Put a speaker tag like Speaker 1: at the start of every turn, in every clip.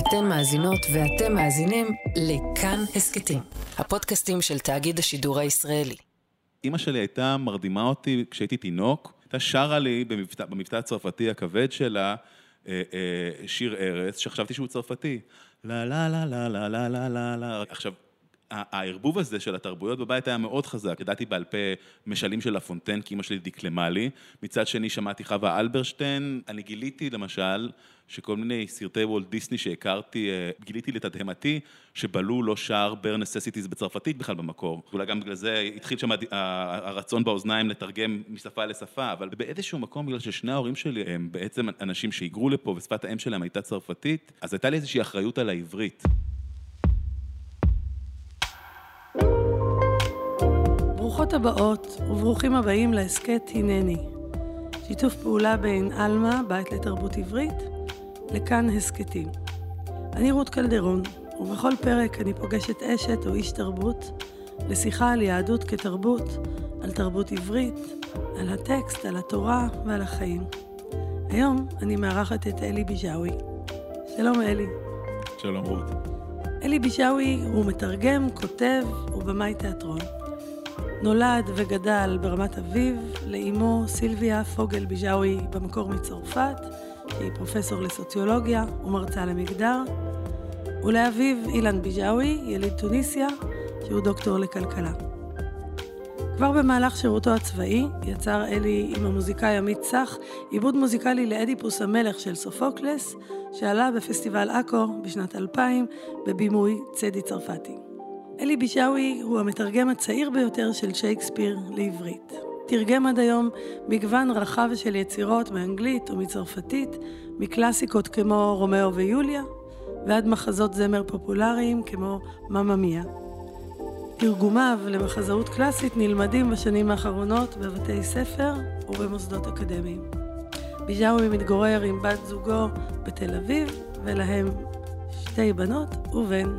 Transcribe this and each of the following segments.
Speaker 1: אתן מאזינות ואתם מאזינים לכאן הסקטים, הפודקאסטים של תאגיד השידור הישראלי.
Speaker 2: אמא שלי הייתה מרדימה אותי כשהייתי תינוק, הייתה שרה לי במבטא הצרפתי הכבד שלה, שיר ארץ, שחשבתי שהוא צרפתי. לה לה לה לה לה לה לה לה לה. עכשיו, הערבוב הזה של התרבויות בבית היה מאוד חזק. ידעתי בעל פה משלים של הפונטן, כי אמא שלי דקלמה לי. מצד שני שמעתי חווה אלברשטיין. אני גיליתי למשל שכל מיני סרטי וולט דיסני שהכרתי, גיליתי לתדהמתי שבלו לא שר בר נסיסיטיז בצרפתית בכלל במקור. אולי גם בגלל זה התחיל שם הרצון באוזניים לתרגם משפה לשפה, אבל באיזשהו מקום, בגלל ששני ההורים שלי הם בעצם אנשים שהיגרו לפה ושפת האם שלהם הייתה צרפתית, אז הייתה לי איזושהי אחריות על העברית.
Speaker 3: ברוכות הבאות וברוכים הבאים להסקט הנני. שיתוף פעולה בין אלמה, בית לתרבות עברית, לכאן הסקטים. אני רות קלדרון, ובכל פרק אני פוגשת אשת או איש תרבות לשיחה על יהדות כתרבות, על תרבות עברית, על הטקסט, על התורה ועל החיים. היום אני מארחת את אלי ביג'אווי. שלום אלי.
Speaker 2: שלום רות.
Speaker 3: אלי ביג'אווי הוא מתרגם, כותב ובמאי תיאטרון. נולד וגדל ברמת אביב לאמו סילביה פוגל ביג'אווי במקור מצרפת, שהיא פרופסור לסוציולוגיה ומרצה למגדר, ולאביו אילן ביג'אווי, יליד טוניסיה, שהוא דוקטור לכלכלה. כבר במהלך שירותו הצבאי יצר אלי עם המוזיקאי עמית צח עיבוד מוזיקלי לאדיפוס המלך של סופוקלס, שעלה בפסטיבל אקו בשנת 2000 בבימוי צדי צרפתי. אלי ביג'אווי הוא המתרגם הצעיר ביותר של שייקספיר לעברית. תרגם עד היום מגוון רחב של יצירות מאנגלית ומצרפתית, מקלאסיקות כמו רומאו ויוליה, ועד מחזות זמר פופולריים כמו ממא מיה. תרגומיו למחזאות קלאסית נלמדים בשנים האחרונות בבתי ספר ובמוסדות אקדמיים. ביג'אווי מתגורר עם בת זוגו בתל אביב, ולהם 2 בנות ובן.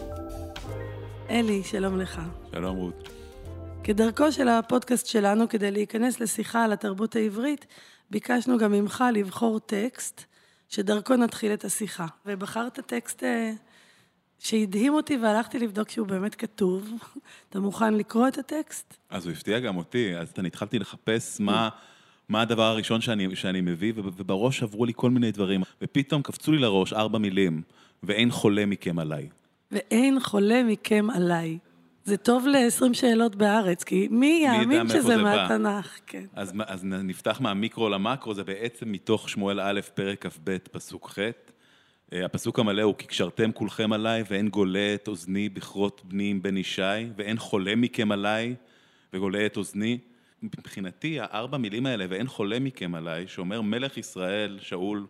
Speaker 3: אלי, שלום לך.
Speaker 2: שלום רות.
Speaker 3: כדרכו של הפודקאסט שלנו, כדי להיכנס לשיחה על התרבות העברית, ביקשנו גם ממך לבחור טקסט, שדרכו נתחיל את השיחה. ובחרת טקסט שהדהים אותי, והלכתי לבדוק שהוא באמת כתוב. אתה מוכן לקרוא את הטקסט?
Speaker 2: אז הוא הפתיע גם אותי, אז התחלתי לחפש מה הדבר הראשון שאני מביא, ובראש עברו לי כל מיני דברים, ופתאום קפצו לי לראש 4 מילים, ואין חולה מכם עליי.
Speaker 3: ואין חולה מכם עליי. זה טוב ל-20 שאלות בארץ, כי מי יאמין שזה מהתנ"ך? כן.
Speaker 2: אז נפתח מהמיקרו למקרו, זה בעצם מתוך שמואל א' פרק כ"ב פסוק ח'. הפסוק המלא הוא, כי קשרתם כולכם עליי, ואין גולה את אוזני בכרות בני עם בן ישי, ואין חולה מכם עליי, וגולה את אוזני. מבחינתי, 4 מילים האלה, ואין חולה מכם עליי, שאומר מלך ישראל, שאול,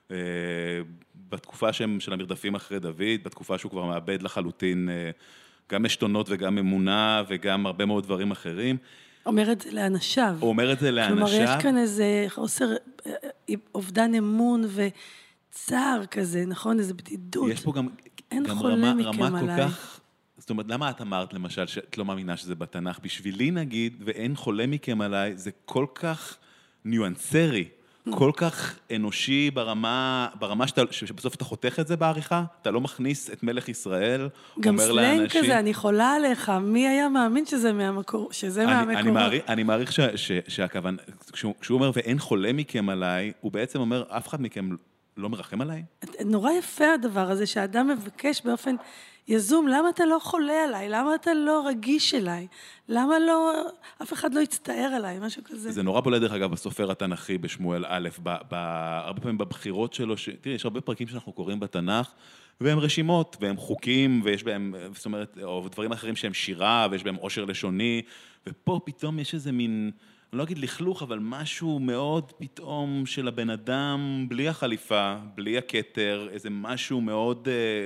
Speaker 2: בתקופה של המרדפים אחרי דוד, בתקופה שהוא כבר מאבד לחלוטין גם משתונות וגם אמונה וגם הרבה מאוד דברים אחרים.
Speaker 3: אומר את זה לאנשיו.
Speaker 2: הוא אומר את זה לאנשיו.
Speaker 3: כלומר, יש כאן איזה חוסר אובדן אמון וצער כזה, נכון? איזה בדידות.
Speaker 2: יש פה גם רמה כל כך, זאת אומרת, למה את אמרת למשל שאת לא מאמינה שזה בתנ"ך? בשבילי נגיד, ואין חולה מכם עליי, זה כל כך ניואנסרי. כל כך אנושי ברמה שבסוף אתה חותך את זה בעריכה, אתה לא מכניס את מלך ישראל,
Speaker 3: גם סלנג כזה, אני חולה עליך, מי היה מאמין שזה מהמקור, שזה מהמקורות?
Speaker 2: אני מעריך שהכוון, כשהוא אומר ואין חולה מכם עליי, הוא בעצם אומר, אף אחד מכם לא מרחם עליי?
Speaker 3: נורא יפה הדבר הזה, שהאדם מבקש באופן יזום, למה אתה לא חולה עליי? למה אתה לא רגיש אליי? למה לא, אף אחד לא יצטער עליי, משהו כזה?
Speaker 2: זה נורא בולט דרך אגב בסופר התנ"כי בשמואל א', הרבה פעמים בבחירות שלו, תראי, יש הרבה פרקים שאנחנו קוראים בתנ"ך, והם רשימות, והם חוקים, ויש בהם, זאת אומרת, או דברים אחרים שהם שירה, ויש בהם עושר לשוני, ופה פתאום יש איזה מין, אני לא אגיד לכלוך, אבל משהו מאוד פתאום של הבן אדם, בלי החליפה, בלי הכתר, איזה משהו מאוד,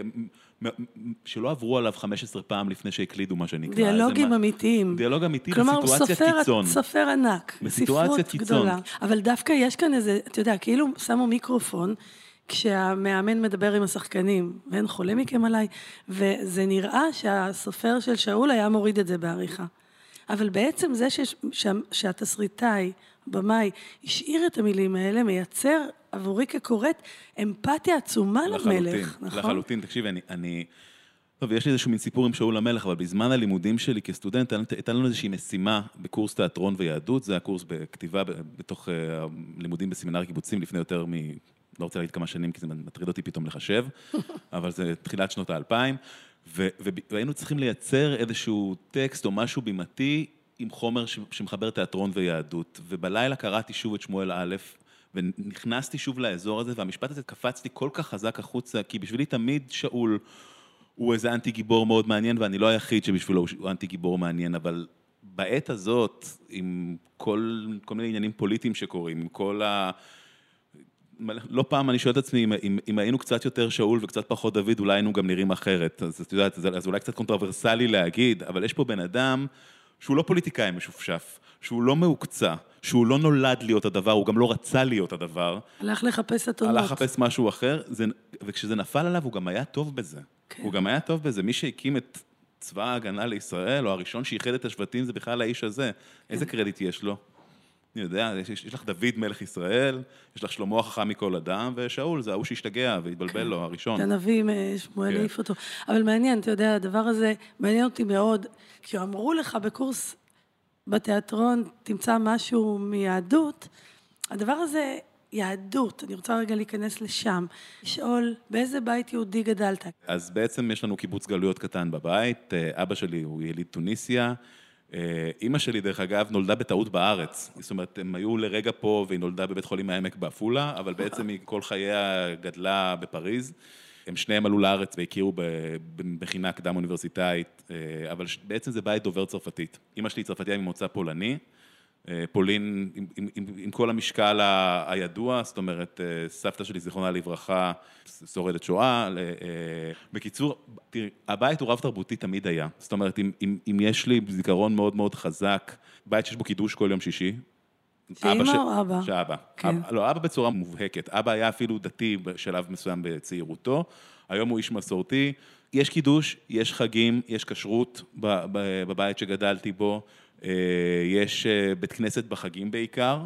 Speaker 2: שלא עברו עליו 15 פעם לפני שהקלידו מה שנקרא.
Speaker 3: דיאלוגים אמיתיים.
Speaker 2: דיאלוג אמיתי בסיטואציית קיצון.
Speaker 3: כלומר, סופר ענק.
Speaker 2: בסיטואציית קיצון.
Speaker 3: אבל דווקא יש כאן איזה, אתה יודע, כאילו שמו מיקרופון, כשהמאמן מדבר עם השחקנים, ואין חולה מכם עליי, וזה נראה שהסופר של שאול היה מוריד את זה בעריכה. אבל בעצם זה שהתסריטאי, במאי, השאיר את המילים האלה, מייצר עבורי כקוראת אמפתיה עצומה למלך, נכון?
Speaker 2: לחלוטין, תקשיבי, טוב, יש לי איזשהו מין סיפור עם שאול המלך, אבל בזמן הלימודים שלי כסטודנט, הייתה לנו איזושהי משימה בקורס תיאטרון ויהדות, זה הקורס בכתיבה בתוך לימודים בסמינר קיבוצים לפני יותר לא רוצה להגיד כמה שנים, כי זה מטריד אותי פתאום לחשב, אבל זה תחילת שנות ה-2000, והיינו צריכים לייצר איזשהו טקסט או משהו בימתי עם חומר שמחבר תיאטרון ויהדות, ובלילה קראתי שוב את שמואל א', ונכנסתי שוב לאזור הזה, והמשפט הזה קפצתי כל כך חזק החוצה, כי בשבילי תמיד שאול הוא איזה אנטי גיבור מאוד מעניין, ואני לא היחיד שבשבילו הוא אנטי גיבור מעניין, אבל בעת הזאת, עם כל מיני עניינים פוליטיים שקורים, עם כל לא פעם אני שואל את עצמי, אם היינו קצת יותר שאול וקצת פחות דוד, אולי היינו גם נראים אחרת. אז את יודעת, אז אולי קצת קונטרוברסלי להגיד, אבל יש פה בן אדם שהוא לא פוליטיקאי משופשף, שהוא לא מעוקצה, שהוא לא נולד להיות הדבר, הוא גם לא רצה להיות הדבר.
Speaker 3: הלך לחפש אתונות.
Speaker 2: הלך לחפש משהו אחר, וכשזה נפל עליו, הוא גם היה טוב בזה.
Speaker 3: כן.
Speaker 2: הוא גם היה טוב בזה. מי שהקים את צבא ההגנה לישראל, או הראשון שאיחד את השבטים, זה בכלל האיש הזה. כן. איזה קרדיט יש לו? אני יודע, יש לך דוד מלך ישראל, יש לך שלמה החכם מכל אדם, ושאול זה ההוא שהשתגע והתבלבל לו, הראשון.
Speaker 3: הנביא שמואל העיף אותו. אבל מעניין, אתה יודע, הדבר הזה מעניין אותי מאוד, כשאמרו לך בקורס בתיאטרון, תמצא משהו מיהדות, הדבר הזה, יהדות, אני רוצה רגע להיכנס לשם, לשאול, באיזה בית יהודי גדלת?
Speaker 2: אז בעצם יש לנו קיבוץ גלויות קטן בבית, אבא שלי הוא יליד טוניסיה, אמא שלי, דרך אגב, נולדה בטעות בארץ. זאת אומרת, הם היו לרגע פה, והיא נולדה בבית חולים העמק באפולה, אבל בעצם היא כל חייה גדלה בפריז. הם שניהם עלו לארץ והכירו במכינה קדם אוניברסיטאית, אבל בעצם זה בית דובר צרפתית. אמא שלי צרפתיה ממוצא פולני, פולין עם כל המשקל הידוע, זאת אומרת, סבתא שלי זיכרונה לברכה, שורדת שואה. בקיצור, תראי, הבית הוא רב תרבותי תמיד היה. זאת אומרת, אם יש לי זיכרון מאוד מאוד חזק, בית שיש בו קידוש כל יום שישי.
Speaker 3: שאמא או אבא?
Speaker 2: שאבא.
Speaker 3: כן.
Speaker 2: לא, אבא בצורה מובהקת. אבא היה אפילו דתי בשלב מסוים בצעירותו. היום הוא איש מסורתי. יש קידוש, יש חגים, יש כשרות בבית שגדלתי בו. יש בית כנסת בחגים בעיקר,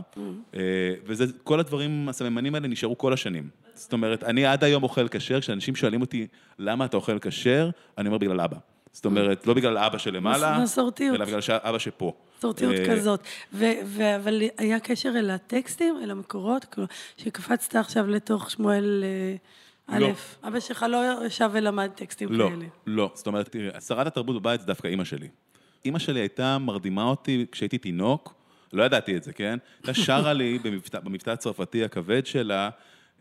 Speaker 2: וכל הדברים, הסממנים האלה נשארו כל השנים. זאת אומרת, אני עד היום אוכל כשר, כשאנשים שואלים אותי, למה אתה אוכל כשר? אני אומר, בגלל אבא. זאת אומרת, לא בגלל אבא שלמעלה, אלא בגלל אבא שפה.
Speaker 3: מסורתיות כזאת. אבל היה קשר אל הטקסטים, אל המקורות, שקפצת עכשיו לתוך שמואל א', אבא שלך לא ישב ולמד טקסטים כאלה.
Speaker 2: לא. זאת אומרת, תראי, שרת התרבות בבית זה דווקא אמא שלי. אמא שלי הייתה מרדימה אותי כשהייתי תינוק, לא ידעתי את זה, כן? הייתה שרה לי במבטא הצרפתי הכבד שלה,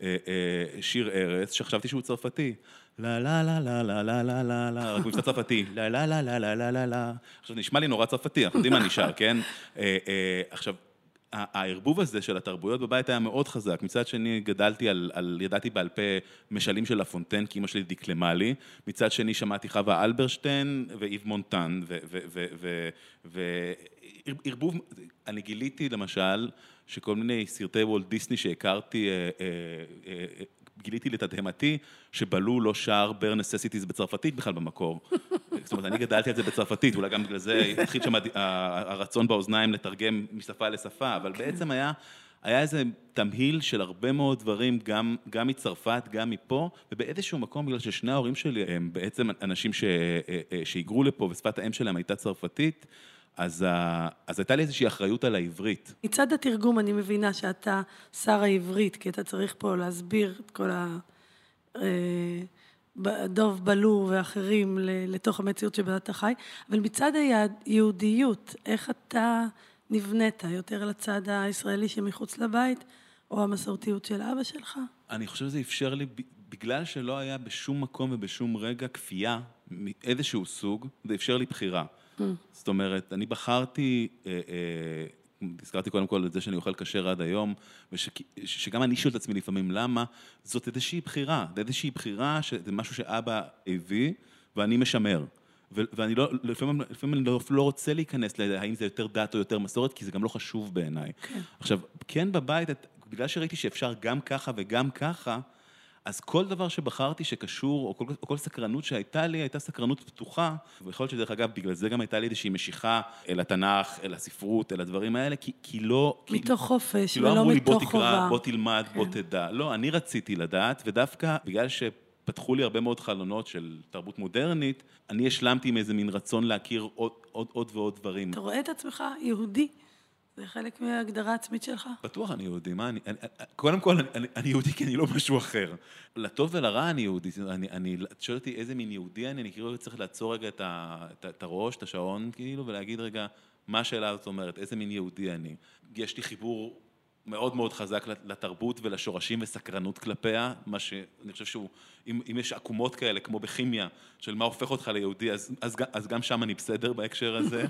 Speaker 2: שיר ארץ, שחשבתי שהוא צרפתי. לה לה לה לה לה לה לה לה לה, רק מבטא צרפתי. לה לה לה לה לה לה לה לה. עכשיו, נשמע לי נורא צרפתי, אנחנו יודעים מה נשאר, כן? עכשיו, הערבוב הזה של התרבויות בבית היה מאוד חזק. מצד שני, ידעתי בעל פה משלים של לפונטן, כי אמא שלי דקלמה לי. מצד שני, שמעתי חווה אלברשטיין ואיב מונטן, וערבוב, אני גיליתי למשל, שכל מיני סרטי וולט דיסני שהכרתי, גיליתי לתדהמתי, שבלו לא שר בר נסיסיטיז בצרפתית בכלל במקור. זאת אומרת, אני גדלתי על זה בצרפתית, אולי גם בגלל זה התחיל שם הרצון באוזניים לתרגם משפה לשפה, אבל בעצם היה איזה תמהיל של הרבה מאוד דברים, גם מצרפת, גם מפה, ובאיזשהו מקום, בגלל ששני ההורים שלי הם בעצם אנשים שהיגרו לפה, ושפת האם שלהם הייתה צרפתית, אז הייתה לי איזושהי אחריות על העברית.
Speaker 3: מצד התרגום אני מבינה שאתה שר העברית, כי אתה צריך פה להסביר את כל דוב בלו ואחרים לתוך המציאות שבה אתה חי, אבל מצד היהודיות, איך אתה נבנית יותר לצד הישראלי שמחוץ לבית, או המסורתיות של אבא שלך?
Speaker 2: אני חושב שזה אפשר לי, בגלל שלא היה בשום מקום ובשום רגע כפייה, מאיזשהו סוג, זה אפשר לי בחירה. זאת אומרת, אני בחרתי, הזכרתי קודם כל את זה שאני אוכל כשר עד היום, ושגם אני שואל את עצמי לפעמים למה, זאת איזושהי בחירה שזה משהו שאבא הביא, ואני משמר. ואני לא, לפעמים אני לא רוצה להיכנס להאם זה יותר דת או יותר מסורת, כי זה גם לא חשוב בעיניי. עכשיו, כן בבית, בגלל שראיתי שאפשר גם ככה וגם ככה, אז כל דבר שבחרתי שקשור, או כל סקרנות שהייתה לי, הייתה סקרנות פתוחה, ויכול להיות שדרך אגב, בגלל זה גם הייתה לי איזושהי משיכה אל התנ"ך, אל הספרות, אל הדברים האלה, כי לא...
Speaker 3: מתוך חופש,
Speaker 2: כי לא
Speaker 3: ולא
Speaker 2: אמרו לי,
Speaker 3: מתוך
Speaker 2: בוא תקרא,
Speaker 3: חובה.
Speaker 2: בוא תלמד, בוא תדע. לא, אני רציתי לדעת, ודווקא בגלל שפתחו לי הרבה מאוד חלונות של תרבות מודרנית, אני השלמתי עם איזה מין רצון להכיר עוד ועוד דברים.
Speaker 3: אתה רואה את עצמך יהודי? זה חלק מההגדרה העצמית שלך?
Speaker 2: בטוח אני יהודי, מה אני... קודם כל, אני יהודי כי אני לא משהו אחר. לטוב ולרע אני יהודי. אני שואל אותי איזה מין יהודי אני כאילו צריך לעצור רגע את הראש, את השעון, כאילו, ולהגיד רגע, מה השאלה הזאת אומרת, איזה מין יהודי אני. יש לי חיבור מאוד מאוד חזק לתרבות ולשורשים וסקרנות כלפיה, מה שאני חושב שהוא, אם יש עקומות כאלה, כמו בכימיה, של מה הופך אותך ליהודי, אז גם שם אני בסדר בהקשר הזה.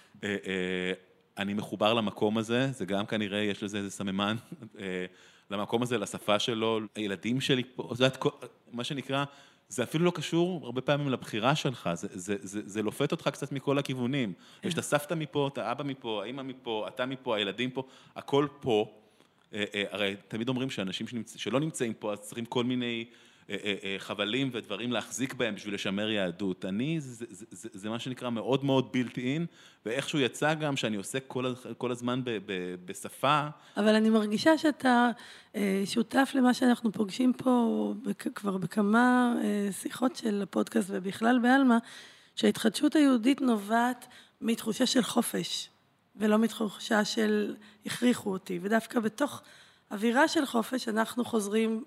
Speaker 2: אני מחובר למקום הזה, זה גם כנראה, יש לזה איזה סממן, למקום הזה, לשפה שלו, הילדים שלי פה, מה שנקרא, זה אפילו לא קשור הרבה פעמים לבחירה שלך, זה לופת אותך קצת מכל הכיוונים. יש את הסבתא מפה, את האבא מפה, האמא מפה, אתה מפה, הילדים פה, הכל פה. הרי תמיד אומרים שאנשים שלא נמצאים פה, אז צריכים כל מיני חבלים ודברים להחזיק בהם בשביל לשמר יהדות. זה מה שנקרא מאוד מאוד built in, ואיכשהו יצא גם שאני עוסק כל הזמן בשפה.
Speaker 3: אבל אני מרגישה שאתה שותף למה שאנחנו פוגשים פה כבר בכמה שיחות של הפודקאסט ובכלל באלמה, שההתחדשות היהודית נובעת מתחושה של חופש, ולא מתחושה של הכריחו אותי. ודווקא בתוך אווירה של חופש אנחנו חוזרים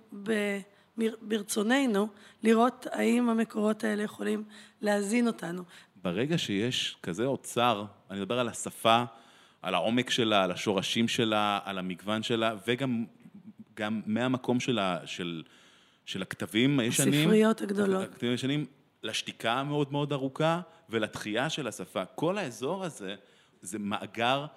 Speaker 3: ברצוננו לראות האם המקורות האלה יכולים להזין אותנו.
Speaker 2: ברגע שיש כזה אוצר, אני מדבר על השפה, על העומק שלה, על השורשים שלה, על המגוון שלה, וגם מהמקום של הכתבים הישנים.
Speaker 3: הספריות הגדולות.
Speaker 2: הכתבים הישנים, לשתיקה המאוד מאוד ארוכה, ולתחייה של השפה. כל האזור הזה, זה מאגר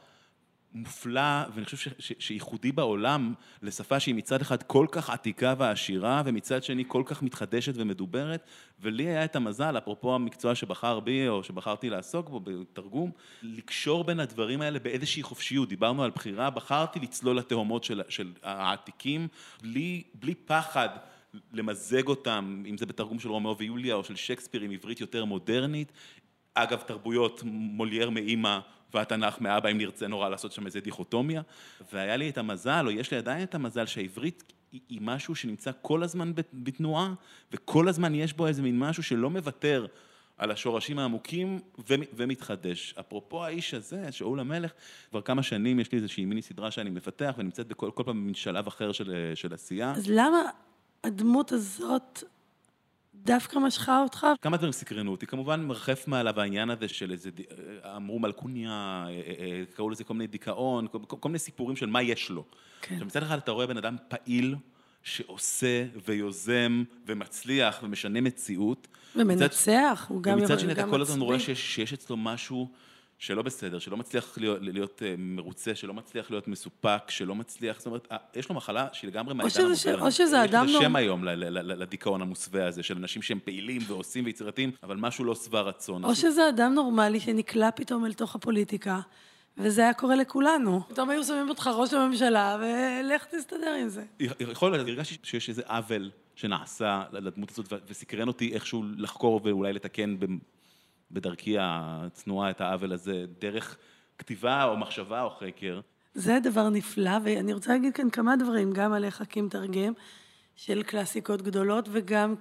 Speaker 2: מופלא, ואני חושב שייחודי בעולם, לשפה שהיא מצד אחד כל כך עתיקה ועשירה, ומצד שני כל כך מתחדשת ומדוברת, ולי היה את המזל, אפרופו המקצוע שבחר בי, או שבחרתי לעסוק בו בתרגום, לקשור בין הדברים האלה באיזושהי חופשיות. דיברנו על בחירה, בחרתי לצלול לתהומות של העתיקים, בלי פחד למזג אותם, אם זה בתרגום של רומאו ויוליה, או של שייקספיר עם עברית יותר מודרנית. אגב, תרבויות מולייר מאמא, והתנ"ך מאבא, אם נרצה נורא לעשות שם איזה דיכוטומיה, והיה לי את המזל, או יש לי עדיין את המזל, שהעברית היא משהו שנמצא כל הזמן בתנועה, וכל הזמן יש בו איזה מין משהו שלא מוותר על השורשים העמוקים ומתחדש. אפרופו האיש הזה, שאול המלך, כבר כמה שנים יש לי איזושהי מיני סדרה שאני מפתח, ונמצאת כל פעם במין שלב אחר של עשייה.
Speaker 3: אז למה הדמות הזאת דווקא משכה אותך?
Speaker 2: כמה דברים סקרנו אותי, כמובן מרחף מעליו העניין הזה של איזה, אמרו מלכוניה, קראו לזה כל מיני דיכאון, כל מיני סיפורים של מה יש לו.
Speaker 3: כן.
Speaker 2: מצד אחד אתה רואה בן אדם פעיל, שעושה ויוזם ומצליח ומשנה מציאות.
Speaker 3: ומנצח, הוא גם
Speaker 2: ומצד שני אתה כל
Speaker 3: מצליח.
Speaker 2: הזמן רואה שיש אצלו משהו שלא בסדר, שלא מצליח להיות מרוצה, שלא מצליח להיות מסופק, שלא מצליח, זאת אומרת, יש לו מחלה שהיא לגמרי מהעידן המודרני.
Speaker 3: או שזה אדם
Speaker 2: יש לזה שם היום לדיכאון המוסווה הזה, של אנשים שהם פעילים ועושים ויצירתיים, אבל משהו לא שבע רצון.
Speaker 3: או שזה אדם נורמלי שנקלע פתאום אל תוך הפוליטיקה, וזה היה קורה לכולנו. פתאום היו שמים אותך ראש הממשלה, ולך תסתדר עם זה.
Speaker 2: יכול להיות, הרגשתי שיש איזה עוול שנעשה לדמות הזאת, וסקרן אותי איכשהו לחקור ואולי לתקן בדרכי הצנועה את העוול הזה, דרך כתיבה או מחשבה או חקר.
Speaker 3: זה דבר נפלא, ואני רוצה להגיד כאן כמה דברים, גם עליך כמתרגם של קלאסיקות גדולות, וגם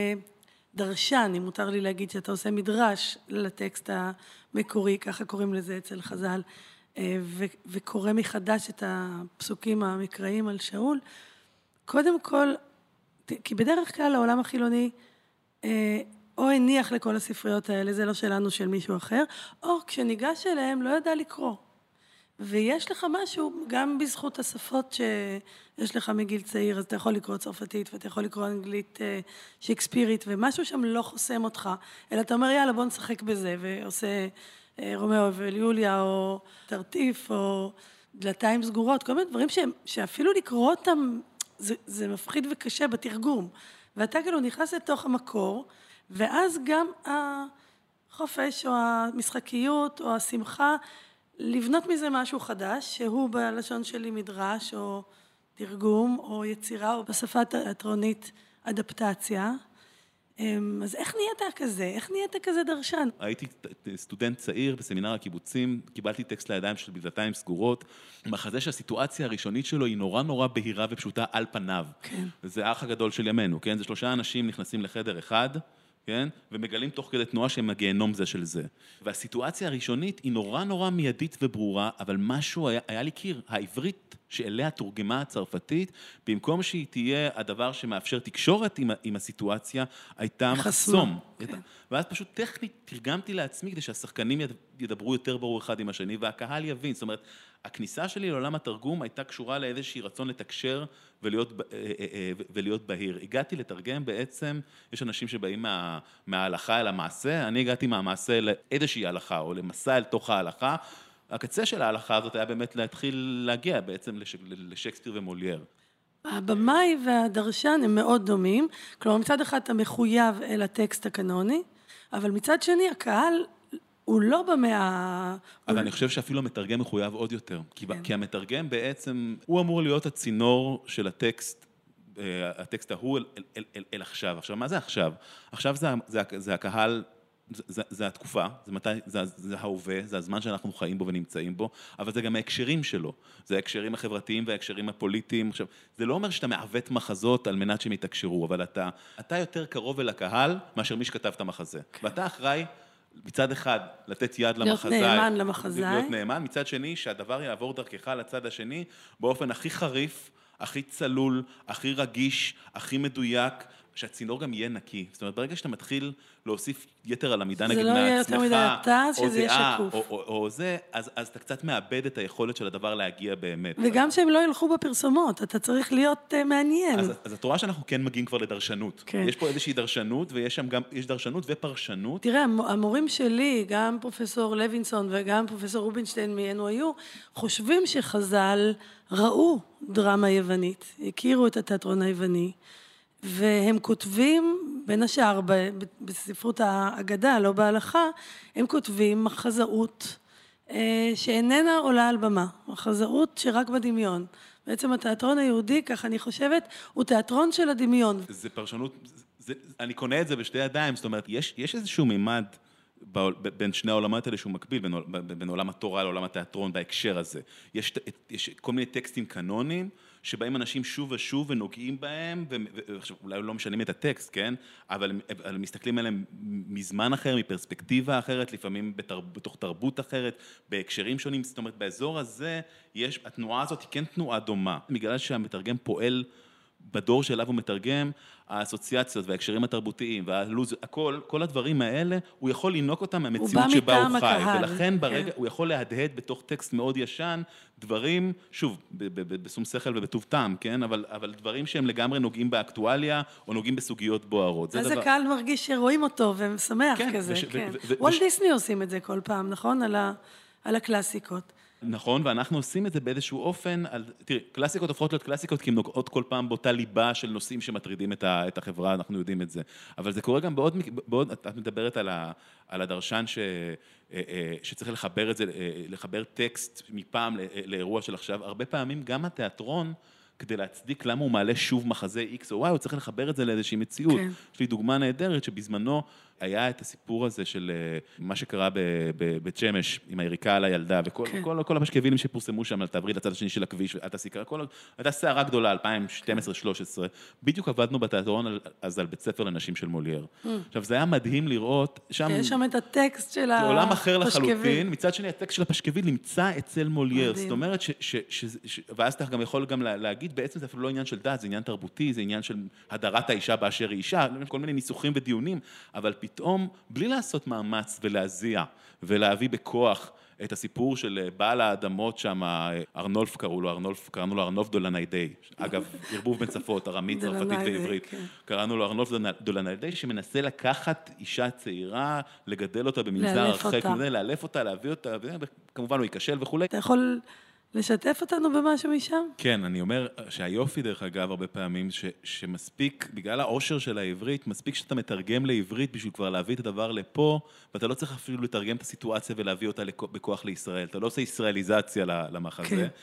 Speaker 3: כדרשן, אם מותר לי להגיד שאתה עושה מדרש לטקסט המקורי, ככה קוראים לזה אצל חז"ל, וקורא מחדש את הפסוקים המקראיים על שאול. קודם כל, כי בדרך כלל העולם החילוני, או הניח לכל הספריות האלה, זה לא שלנו, של מישהו אחר, או כשניגש אליהם לא ידע לקרוא. ויש לך משהו, גם בזכות השפות שיש לך מגיל צעיר, אז אתה יכול לקרוא צרפתית, ואתה יכול לקרוא אנגלית שייקספירית, ומשהו שם לא חוסם אותך, אלא אתה אומר, יאללה, בוא נשחק בזה, ועושה רומאו ויוליה, או תרטיף, או דלתיים סגורות, כל מיני דברים שאפילו לקרוא אותם, זה מפחיד וקשה בתרגום. ואתה כאילו נכנס לתוך המקור, ואז גם החופש או המשחקיות או השמחה, לבנות מזה משהו חדש, שהוא בלשון שלי מדרש או תרגום או יצירה או בשפה התיאטרונית אדפטציה. אז איך נהיית כזה? איך נהיית כזה דרשן?
Speaker 2: הייתי סטודנט צעיר בסמינר הקיבוצים, קיבלתי טקסט לידיים של בדלתיים סגורות, מחזה שהסיטואציה הראשונית שלו היא נורא נורא בהירה ופשוטה על פניו.
Speaker 3: כן.
Speaker 2: זה האח הגדול של ימינו, כן? זה 3 אנשים נכנסים לחדר אחד, כן? ומגלים תוך כדי תנועה שהם הגיהנום זה של זה. והסיטואציה הראשונית היא נורא נורא מיידית וברורה, אבל משהו היה לי קיר, העברית שאליה תורגמה הצרפתית, במקום שהיא תהיה הדבר שמאפשר תקשורת עם הסיטואציה, הייתה מחסום.
Speaker 3: כן.
Speaker 2: ואז פשוט טכנית תרגמתי לעצמי כדי שהשחקנים ידברו יותר ברור אחד עם השני, והקהל יבין. זאת אומרת, הכניסה שלי לעולם התרגום הייתה קשורה לאיזושהי רצון לתקשר ולהיות בהיר. הגעתי לתרגם בעצם, יש אנשים שבאים מההלכה אל המעשה, אני הגעתי מהמעשה לאיזושהי הלכה, או למסע אל תוך ההלכה. הקצה של ההלכה הזאת היה באמת להתחיל להגיע בעצם לשייקספיר ומולייר.
Speaker 3: הבמאי והדרשן הם מאוד דומים, כלומר מצד אחד אתה מחויב אל הטקסט הקנוני, אבל מצד שני הקהל הוא לא במאה...
Speaker 2: אבל אני חושב שאפילו המתרגם מחויב עוד יותר, כי המתרגם בעצם, הוא אמור להיות הצינור של הטקסט ההוא אל עכשיו. עכשיו, מה זה עכשיו? עכשיו זה הקהל, זה התקופה, זה ההווה, זה הזמן שאנחנו חיים בו ונמצאים בו, אבל זה גם ההקשרים שלו, זה ההקשרים החברתיים וההקשרים הפוליטיים. עכשיו, זה לא אומר שאתה מעוות מחזות על מנת שהם יתקשרו, אבל אתה יותר קרוב אל הקהל מאשר מי שכתב את המחזה. ואתה אחראי מצד אחד לתת יד למחזאי,
Speaker 3: להיות נאמן למחזאי,
Speaker 2: להיות נאמן, מצד שני שהדבר יעבור דרכך לצד השני באופן הכי חריף, הכי צלול, הכי רגיש, הכי מדויק, שהצינור גם יהיה נקי. זאת אומרת, ברגע שאתה מתחיל להוסיף יתר על המידה נגד מעצמך,
Speaker 3: זה לא יהיה יותר מדי אתה, שזה יהיה שקוף.
Speaker 2: או זה, אז אתה קצת מאבד את היכולת של הדבר להגיע באמת.
Speaker 3: וגם שהם לא ילכו בפרסומות, אתה צריך להיות מעניין.
Speaker 2: אז את רואה שאנחנו כן מגיעים כבר לדרשנות.
Speaker 3: כן.
Speaker 2: יש פה איזושהי דרשנות, ויש שם גם, יש דרשנות ופרשנות.
Speaker 3: תראה, המורים שלי, גם פרופסור לוינסון וגם פרופסור רובינשטיין מ-NYU, חושבים שחז"ל ראו דרמה יוונית, הכירו את התיאטרון היווני, והם כותבים, בין השאר, בספרות האגדה, לא בהלכה, הם כותבים מחזאות שאיננה עולה על במה, מחזאות שרק בדמיון. בעצם התיאטרון היהודי, כך אני חושבת, הוא תיאטרון של הדמיון.
Speaker 2: זה פרשנות, אני קונה את זה בשתי ידיים, זאת אומרת, יש איזשהו מימד בין שני העולמות האלה שהוא מקביל, בין עולם התורה לעולם התיאטרון בהקשר הזה. יש כל מיני טקסטים קנוניים, שבהם אנשים שוב ושוב ונוגעים בהם, ועכשיו אולי לא משנים את הטקסט, כן? אבל מסתכלים עליהם מזמן אחר, מפרספקטיבה אחרת, לפעמים בתוך תרבות אחרת, בהקשרים שונים. זאת אומרת, באזור הזה, התנועה הזאת היא כן תנועה דומה. בגלל שהמתרגם פועל בדור שאליו הוא מתרגם, האסוציאציות וההקשרים התרבותיים, והלוז, כל הדברים האלה, הוא יכול לינוק אותם מהמציאות שבה הוא חי, ולכן ברגע, הוא יכול להדהד בתוך טקסט מאוד ישן, דברים, שוב, בשום שכל ובטוב טעם, כן? אבל דברים שהם לגמרי נוגעים באקטואליה, או נוגעים בסוגיות בוערות.
Speaker 3: אז הקהל מרגיש שרואים אותו, ומשמח כזה, כן. וולט דיסני עושים את זה כל פעם, נכון? על הקלאסיקות.
Speaker 2: נכון, ואנחנו עושים את זה באיזשהו אופן, תראי, קלאסיקות הופכות להיות קלאסיקות, כי הן נוגעות כל פעם באותה ליבה של נושאים שמטרידים את החברה, אנחנו יודעים את זה. אבל זה קורה גם בעוד את מדברת על הדרשן שצריך לחבר את זה, לחבר טקסט מפעם לאירוע של עכשיו. הרבה פעמים גם התיאטרון, כדי להצדיק למה הוא מעלה שוב מחזה X או Y, הוא צריך לחבר את זה לאיזושהי מציאות. כן. יש לי דוגמה נהדרת שבזמנו היה את הסיפור הזה של מה שקרה בבית שמש עם היריקה על הילדה, וכל המשקבילים שפורסמו שם, תעברי לצד השני של הכביש, ואתה סיקרה, הייתה סערה גדולה, 2012-2013, בדיוק עבדנו בתיאטרון אז על בית ספר לנשים של מולייר. עכשיו, זה היה מדהים לראות,
Speaker 3: יש שם את הטקסט של הפשקביל.
Speaker 2: עולם אחר לחלוטין, מצד שני, הטקסט של הפשקביל נמצא אצל מולייר, זאת אומרת, ואז אתה גם יכול גם להגיד, בעצם זה אפילו לא עניין של דת, זה עניין תרבותי, זה עניין של הדרת האישה באשר היא אישה, כל מיני ניסוחים ודיונים, אבל פתאום, בלי לעשות מאמץ ולהזיע, ולהביא בכוח את הסיפור של בעל האדמות שם, ארנולף קראנו לו ארנולף דולניידי, אגב, ערבוב בין שפות, ארמית, צרפתית ועברית, קראנו לו ארנולף דולניידי, שמנסה לקחת אישה צעירה, לגדל אותה במנזר הרחק, לאלף אותה, להביא אותה, וכמובן הוא ייכשל וכו'.
Speaker 3: אתה יכול לשתף אותנו במשהו משם?
Speaker 2: כן, אני אומר שהיופי דרך אגב הרבה פעמים שמספיק, בגלל העושר של העברית, מספיק שאתה מתרגם לעברית בשביל כבר להביא את הדבר לפה, ואתה לא צריך אפילו לתרגם את הסיטואציה ולהביא אותה בכוח לישראל. אתה לא עושה ישראליזציה למחזה.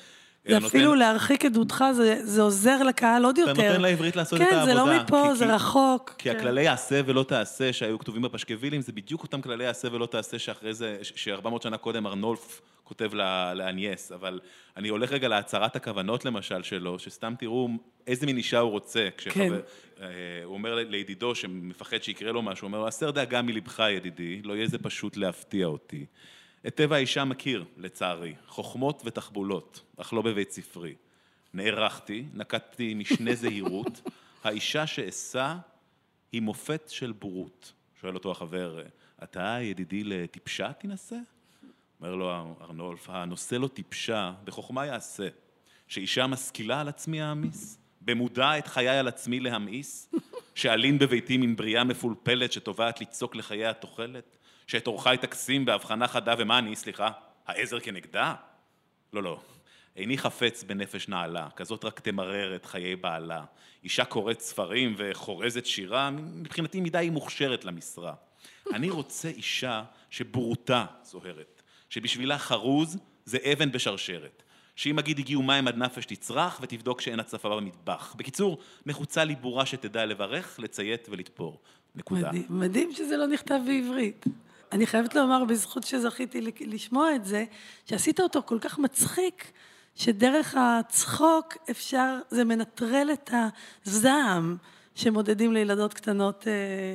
Speaker 3: זה אפילו להרחיק עדותך, זה עוזר לקהל עוד יותר.
Speaker 2: אתה נותן לעברית לעשות את העבודה.
Speaker 3: כן, זה לא מפה, זה רחוק.
Speaker 2: כי הכללי יעשה ולא תעשה, שהיו כתובים בפשקווילים, זה בדיוק אותם כללי יעשה ולא תעשה, שאחרי זה, ש400 שנה קודם ארנולף כותב לאנייס, אבל אני הולך רגע להצהרת הכוונות למשל שלו, שסתם תראו איזה מין אישה הוא רוצה, הוא אומר לידידו שמפחד שיקרה לו משהו, הוא אומר לו, הסר דאגה מלבך ידידי, לא יהיה זה פשוט להפתיע אותי. את טבע האישה מכיר, לצערי, חוכמות ותחבולות, אך לא בבית ספרי. נערכתי, נקטתי משנה זהירות, האישה שאסע היא מופת של בורות. שואל אותו החבר, אתה ידידי לטיפשה תנסה? אומר לו ארנולף, הנושא לו טיפשה, בחוכמה יעשה, שאישה משכילה על עצמי האמיס, במודע את חיי על עצמי להמאיס, שאלין בביתי מן בריאה מפולפלת שטובעת לצוק לחיי התוחלת, שאת אורחי תקסים בהבחנה חדה ומה אני, סליחה, העזר כנגדה? לא. איני חפץ בנפש נעלה, כזאת רק תמרר את חיי בעלה. אישה קוראת ספרים וחורזת שירה, מבחינתי מדי היא מוכשרת למשרה. אני רוצה אישה שבורותה זוהרת, שבשבילה חרוז זה אבן בשרשרת. שאם אגיד הגיעו מים עד נפש תצרח ותבדוק שאין הצפה במטבח. בקיצור, נחוצה לי בורה שתדע לברך, לציית ולתפור. נקודה.
Speaker 3: מדהים שזה לא נכתב בעברית. אני חייבת לומר, בזכות שזכיתי לשמוע את זה, שעשית אותו כל כך מצחיק, שדרך הצחוק אפשר, זה מנטרל את הזעם שמודדים לילדות קטנות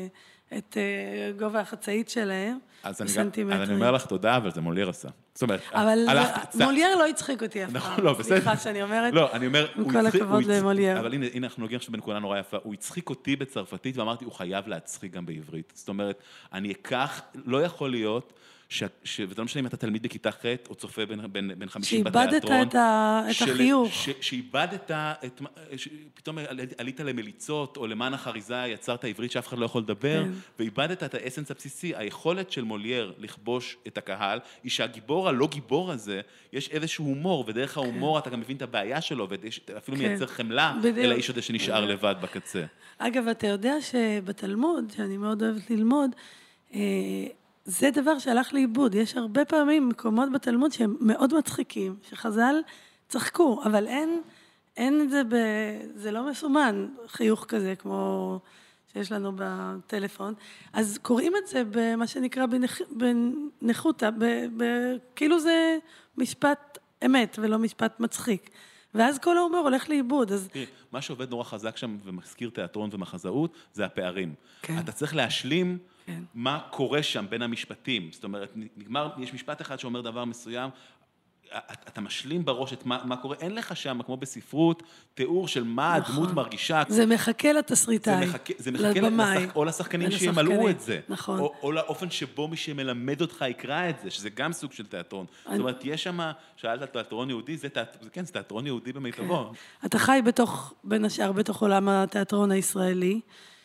Speaker 3: את גובה החצאית שלהם.
Speaker 2: אז אני אומר לך תודה, אבל זה מולייר עשה. זאת אומרת,
Speaker 3: אבל מולייר לא יצחיק אותי אף פעם.
Speaker 2: לא, בסדר.
Speaker 3: סליחה שאני אומרת.
Speaker 2: לא, אני אומר,
Speaker 3: עם כל הכבוד למולייר.
Speaker 2: אבל הנה אנחנו נוגעים עכשיו בנקודה נורא יפה. הוא הצחיק אותי בצרפתית, ואמרתי, הוא חייב להצחיק גם בעברית. זאת אומרת, אני אקח, לא יכול להיות, וזה לא משנה אם אתה תלמיד בכיתה ח' או צופה בין 50 בתיאטרון.
Speaker 3: שאיבדת את החיוך.
Speaker 2: שאיבדת, פתאום עלית למליצות, או למען החריזה, יצרת עברית שאף אחד לא יכול לדבר, ואיבדת את האסנס הבסיסי. היכולת של מולייר לכבוש את הקהל, היא שהגיבור הלא גיבור הזה, יש איזשהו הומור, ודרך ההומור אתה גם מבין את הבעיה שלו, ואפילו מייצר חמלה אל האיש הזה שנשאר לבד בקצה.
Speaker 3: אגב, אתה יודע שבתלמוד, שאני מאוד אוהבת ללמוד, זה דבר שהלך לאיבוד. יש הרבה פעמים מקומות בתלמוד שהם מאוד מצחיקים, שחז"ל צחקו, אבל אין את זה, זה לא מסומן, חיוך כזה, כמו שיש לנו בטלפון. אז קוראים את זה במה שנקרא בנחותה, כאילו זה משפט אמת ולא משפט מצחיק. ואז כל ההומור הולך לאיבוד.
Speaker 2: מה שעובד נורא חזק שם ומזכיר תיאטרון ומחזאות, זה הפערים. אתה צריך להשלים מה קורה שם בין המשפטים. זאת אומרת, נגמר, יש משפט אחד שאומר דבר מסוים, אתה משלים בראש את מה קורה, אין לך שם, כמו בספרות, תיאור של מה הדמות מרגישה.
Speaker 3: זה מחכה לתסריטאי,
Speaker 2: לבמאי. או לשחקנים שימלאו את זה.
Speaker 3: נכון.
Speaker 2: או לאופן שבו מי שמלמד אותך יקרא את זה, שזה גם סוג של תיאטרון. זאת אומרת, יש שם, שאלת תיאטרון יהודי, זה תיאטרון יהודי במיטבו.
Speaker 3: אתה חי בין השאר בתוך עולם התיאטרון הישראלי.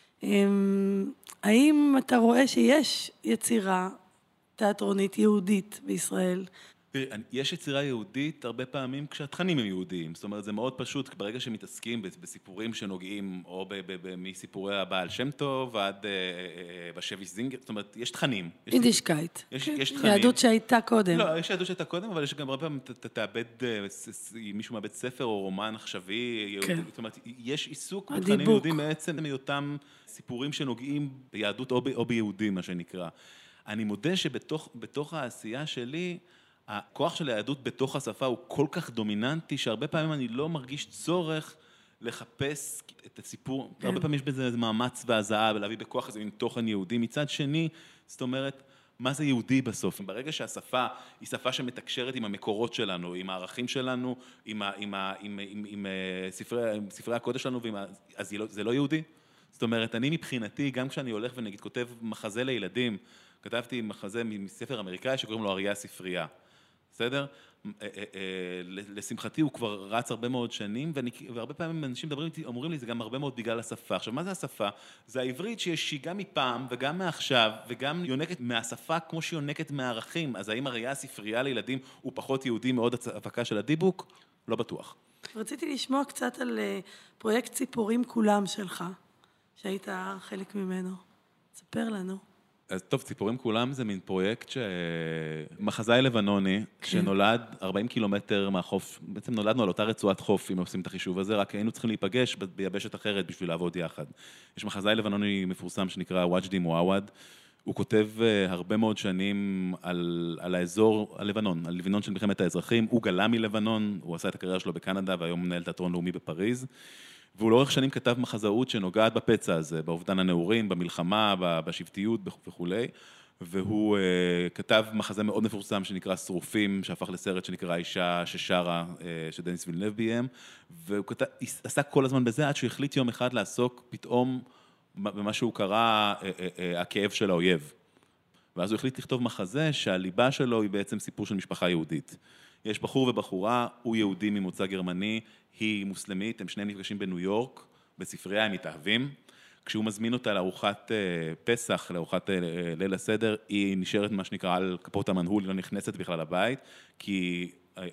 Speaker 3: האם אתה רואה שיש יצירה תיאטרונית יהודית בישראל?
Speaker 2: יש יצירה יהודית הרבה פעמים כשהתכנים הם יהודיים, זאת אומרת זה מאוד פשוט, ברגע שמתעסקים בסיפורים שנוגעים או מסיפורי הבעל שם טוב ועד בשבי זינגר, זאת אומרת יש תכנים.
Speaker 3: יידישקייט,
Speaker 2: יש תכנים.
Speaker 3: יהדות שהייתה קודם.
Speaker 2: לא, יש יהדות שהייתה קודם, אבל יש גם הרבה פעמים, אתה תאבד, מישהו מאבד ספר או רומן עכשווי, זאת אומרת יש עיסוק בתכנים יהודים בעצם מאותם סיפורים שנוגעים ביהדות או ביהודים מה שנקרא. אני מודה שבתוך העשייה שלי, הכוח של היהדות בתוך השפה הוא כל כך דומיננטי, שהרבה פעמים אני לא מרגיש צורך לחפש את הסיפור, הרבה פעמים יש בזה מאמץ והזעה, ולהביא בכוח איזה מין תוכן יהודי. מצד שני, זאת אומרת, מה זה יהודי בסוף? ברגע שהשפה היא שפה שמתקשרת עם המקורות שלנו, עם הערכים שלנו, עם ספרי הקודש שלנו, אז זה לא יהודי? זאת אומרת, אני מבחינתי, גם כשאני הולך ונגיד כותב מחזה לילדים, כתבתי מחזה מספר אמריקאי שקוראים לו אריה הספרייה. בסדר? לשמחתי הוא כבר רץ הרבה מאוד שנים, והרבה פעמים אנשים אומרים לי, זה גם הרבה מאוד בגלל השפה. עכשיו, מה זה השפה? זה העברית שהיא גם מפעם וגם מעכשיו, וגם יונקת מהשפה כמו שהיא יונקת מהערכים. אז האם הראייה הספרייה לילדים הוא פחות יהודי מאוד הפקה של הדיבוק? לא בטוח.
Speaker 3: רציתי לשמוע קצת על פרויקט ציפורים כולם שלך, שהיית חלק ממנו. תספר לנו.
Speaker 2: אז טוב, ציפורים כולם זה מין פרויקט מחזאי לבנוני, שנולד 40 קילומטר מהחוף, בעצם נולדנו על אותה רצועת חוף, אם עושים את החישוב הזה, רק היינו צריכים להיפגש ביבשת אחרת בשביל לעבוד יחד. יש מחזאי לבנוני מפורסם שנקרא וג'די מועווד, הוא כותב הרבה מאוד שנים על האזור הלבנון, על לבנון של מלחמת האזרחים, הוא גלה מלבנון, הוא עשה את הקריירה שלו בקנדה, והיום הוא מנהל תיאטרון לאומי בפריז, והוא לאורך שנים כתב מחזאות שנוגעת בפצע הזה, באובדן הנעורים, במלחמה, בשבטיות וכו'. והוא כתב מחזה מאוד מפורסם שנקרא שרופים, שהפך לסרט שנקרא אישה ששרה, שדניס וילנב ביים, והוא עסק כל הזמן בזה, עד שהוא החליט יום אחד לעסוק פתאום במה שהוא קרא הכאב של האויב. ואז הוא החליט לכתוב מחזה שהליבה שלו היא בעצם סיפור של משפחה יהודית. יש בחור ובחורה, הוא יהודי ממוצא גרמני, היא מוסלמית, הם שניהם נפגשים בניו יורק, בספרייה הם מתאהבים. כשהוא מזמין אותה לארוחת פסח, לארוחת ליל הסדר, היא נשארת מה שנקרא על כפות המנהול, היא לא נכנסת בכלל לבית, כי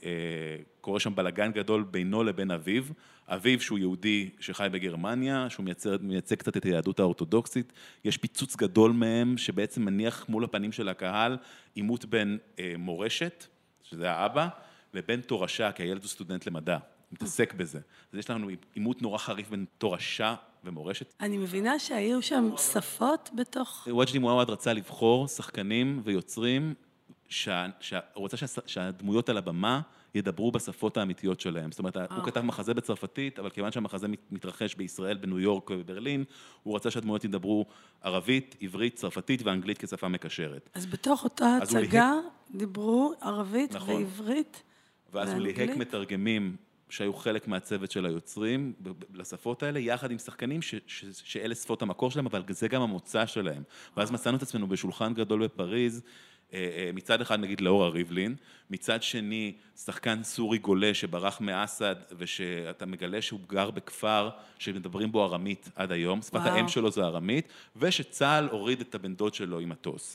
Speaker 2: קורה שם בלגן גדול בינו לבין אביו, אביו שהוא יהודי שחי בגרמניה, שהוא מייצג קצת את היהדות האורתודוקסית, יש פיצוץ גדול מהם שבעצם מניח מול הפנים של הקהל, עימות בין מורשת, שזה האבא, לבין תורשה, כי הילד הוא סטודנט למדע, מתעסק בזה. אז יש לנו עימות נורא חריף בין תורשה ומורשת.
Speaker 3: אני מבינה שהיו שם שפות בתוך...
Speaker 2: וג'די מועווד רצה לבחור שחקנים ויוצרים, הוא רוצה שהדמויות על הבמה ידברו בשפות האמיתיות שלהם. זאת אומרת, הוא כתב מחזה בצרפתית, אבל כיוון שהמחזה מתרחש בישראל, בניו יורק ובברלין, הוא רצה שהדמויות ידברו ערבית, עברית, צרפתית ואנגלית כשפה מקשרת.
Speaker 3: אז בתוך אותה הצגה דיברו ערבית ועברית
Speaker 2: ואז הוא ליהק מתרגמים שהיו חלק מהצוות של היוצרים לשפות האלה, יחד עם שחקנים שאלה שפות המקור שלהם, אבל זה גם המוצא שלהם. ואז מצאנו את עצמנו בשולחן גדול בפריז, מצד אחד נגיד לאורה ריבלין, מצד שני שחקן סורי גולה שברח מאסד, ושאתה מגלה שהוא גר בכפר שמדברים בו ארמית עד היום, שפת האם שלו זה ארמית, ושצהל הוריד את הבן דוד שלו עם מטוס.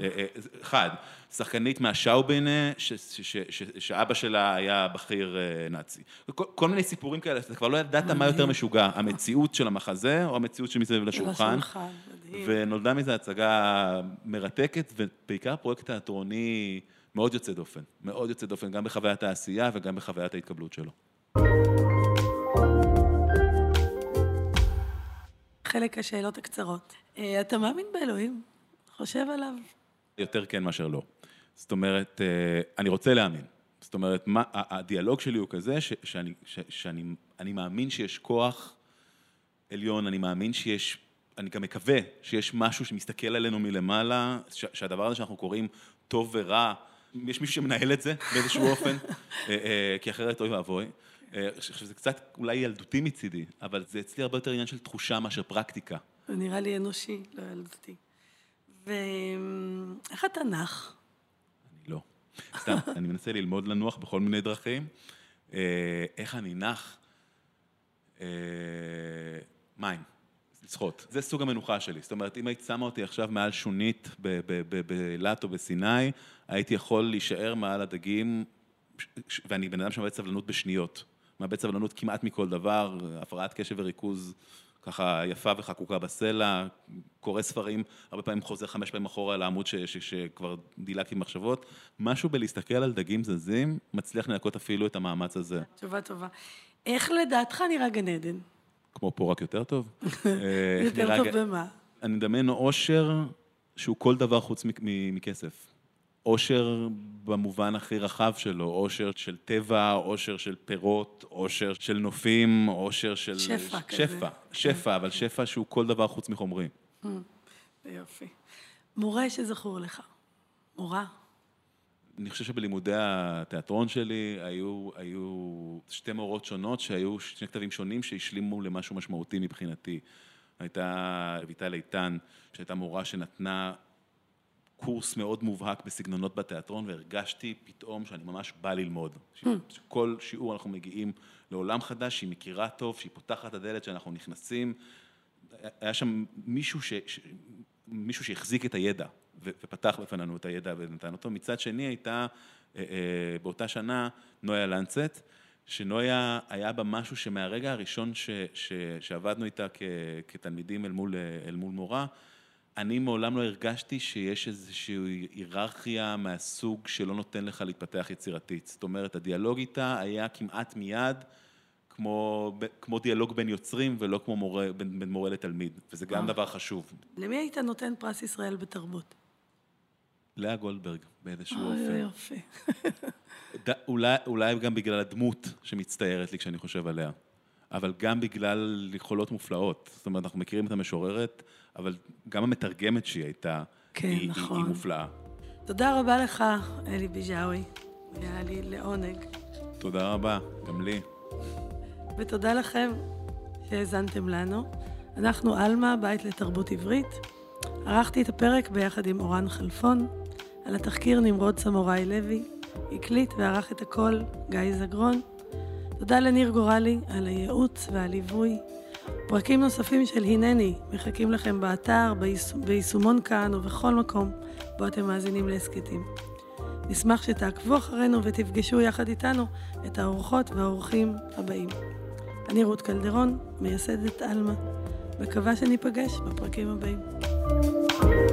Speaker 2: אחד, שחקנית מהשאובינה, שאבא שלה היה בכיר נאצי. כל מיני סיפורים כאלה, אתה כבר לא ידעת מה יותר משוגע, המציאות של המחזה או המציאות שמסביב לשולחן. ונולדה מזה הצגה מרתקת, ובעיקר פרויקט תיאטרוני מאוד יוצא דופן. מאוד יוצא דופן, גם בחוויית העשייה וגם בחוויית ההתקבלות שלו.
Speaker 3: חלק השאלות הקצרות. אתה מאמין באלוהים? חושב עליו?
Speaker 2: יותר כן מאשר לא. זאת אומרת, אני רוצה להאמין. זאת אומרת, הדיאלוג שלי הוא כזה, שאני מאמין שיש כוח עליון, אני מאמין שיש, אני גם מקווה שיש משהו שמסתכל עלינו מלמעלה, שהדבר הזה שאנחנו קוראים טוב ורע, יש מישהו שמנהל את זה באיזשהו אופן, כי אחרת אוי ואבוי. זה קצת אולי ילדותי מצידי, אבל זה אצלי הרבה יותר עניין של תחושה מאשר פרקטיקה.
Speaker 3: זה נראה לי אנושי, לא ילדותי. ואיך אתה נח?
Speaker 2: אני לא. סתם, אני מנסה ללמוד לנוח בכל מיני דרכים. איך אני נח? מים, לשחות. זה סוג המנוחה שלי. זאת אומרת, אם היית שמה אותי עכשיו מעל שונית באילת או בסיני, הייתי יכול להישאר מעל הדגים, ואני בן אדם שמאבד סבלנות בשניות. מאבד סבלנות כמעט מכל דבר, הפרעת קשב וריכוז, ככה יפה וחקוקה בסלע, קורא ספרים, הרבה פעמים חוזר 5 פעמים אחורה על העמוד שכבר דילגתי במחשבות. משהו בלהסתכל על דגים זזים, מצליח לנקות אפילו את המאמץ הזה.
Speaker 3: תשובה טובה. איך לדעתך נראה גן עדן?
Speaker 2: כמו פה רק יותר טוב.
Speaker 3: יותר טוב במה?
Speaker 2: אני מדמיין אושר שהוא כל דבר חוץ מכסף. אושר במובן הכי רחב שלו, אושר של טבע, אושר של פירות, אושר של נופים, אושר של...
Speaker 3: שפע כזה.
Speaker 2: שפע, אבל שפע שהוא כל דבר חוץ מחומרי.
Speaker 3: זה יופי. מורה שזכור לך. מורה.
Speaker 2: אני חושב שבלימודי התיאטרון שלי היו 2 מורות שונות, שהיו 2 כתבים שונים שהשלימו למשהו משמעותי מבחינתי. הייתה אביטל איתן, שהייתה מורה שנתנה קורס מאוד מובהק בסגנונות בתיאטרון, והרגשתי פתאום שאני ממש בא ללמוד. שכל שיעור אנחנו מגיעים לעולם חדש, שהיא מכירה טוב, שהיא פותחת את הדלת שאנחנו נכנסים. היה שם מישהו שהחזיק את הידע, ופתח בפנינו את הידע ונתן אותו. מצד שני הייתה, באותה שנה, נויה לנצט, שנויה היה בה משהו שמהרגע הראשון שעבדנו איתה כתלמידים אל מול מורה, אני מעולם לא הרגשתי שיש איזושהי היררכיה מהסוג שלא נותן לך להתפתח יצירתית. זאת אומרת, הדיאלוג איתה היה כמעט מיד, כמו דיאלוג בין יוצרים, ולא כמו בין מורה לתלמיד. וזה גם דבר חשוב.
Speaker 3: למי היית נותן פרס ישראל בתרבות?
Speaker 2: לאה גולדברג, באיזשהו אופן.
Speaker 3: אוי, יופי.
Speaker 2: אולי גם בגלל הדמות שמצטיירת לי כשאני חושב עליה. אבל גם בגלל יכולות מופלאות. זאת אומרת, אנחנו מכירים את המשוררת, אבל גם המתרגמת שהיא הייתה, היא מופלאה.
Speaker 3: תודה רבה לך, אלי ביג'אווי. היה לי לעונג.
Speaker 2: תודה רבה, גם לי.
Speaker 3: ותודה לכם שהאזנתם לנו. אנחנו אלמה, בית לתרבות עברית. ערכתי את הפרק ביחד עם אורן חלפון. על התחקיר נמרוד סמוראי לוי. הקליט וערך את הכל גיא זגרון. תודה לניר גורלי על הייעוץ והליווי. פרקים נוספים של הנני מחכים לכם באתר, ביישומון כאן ובכל מקום בו אתם מאזינים להסקטים. נשמח שתעקבו אחרינו ותפגשו יחד איתנו את האורחות והאורחים הבאים. אני רות קלדרון, מייסדת אלמה. מקווה שניפגש בפרקים הבאים.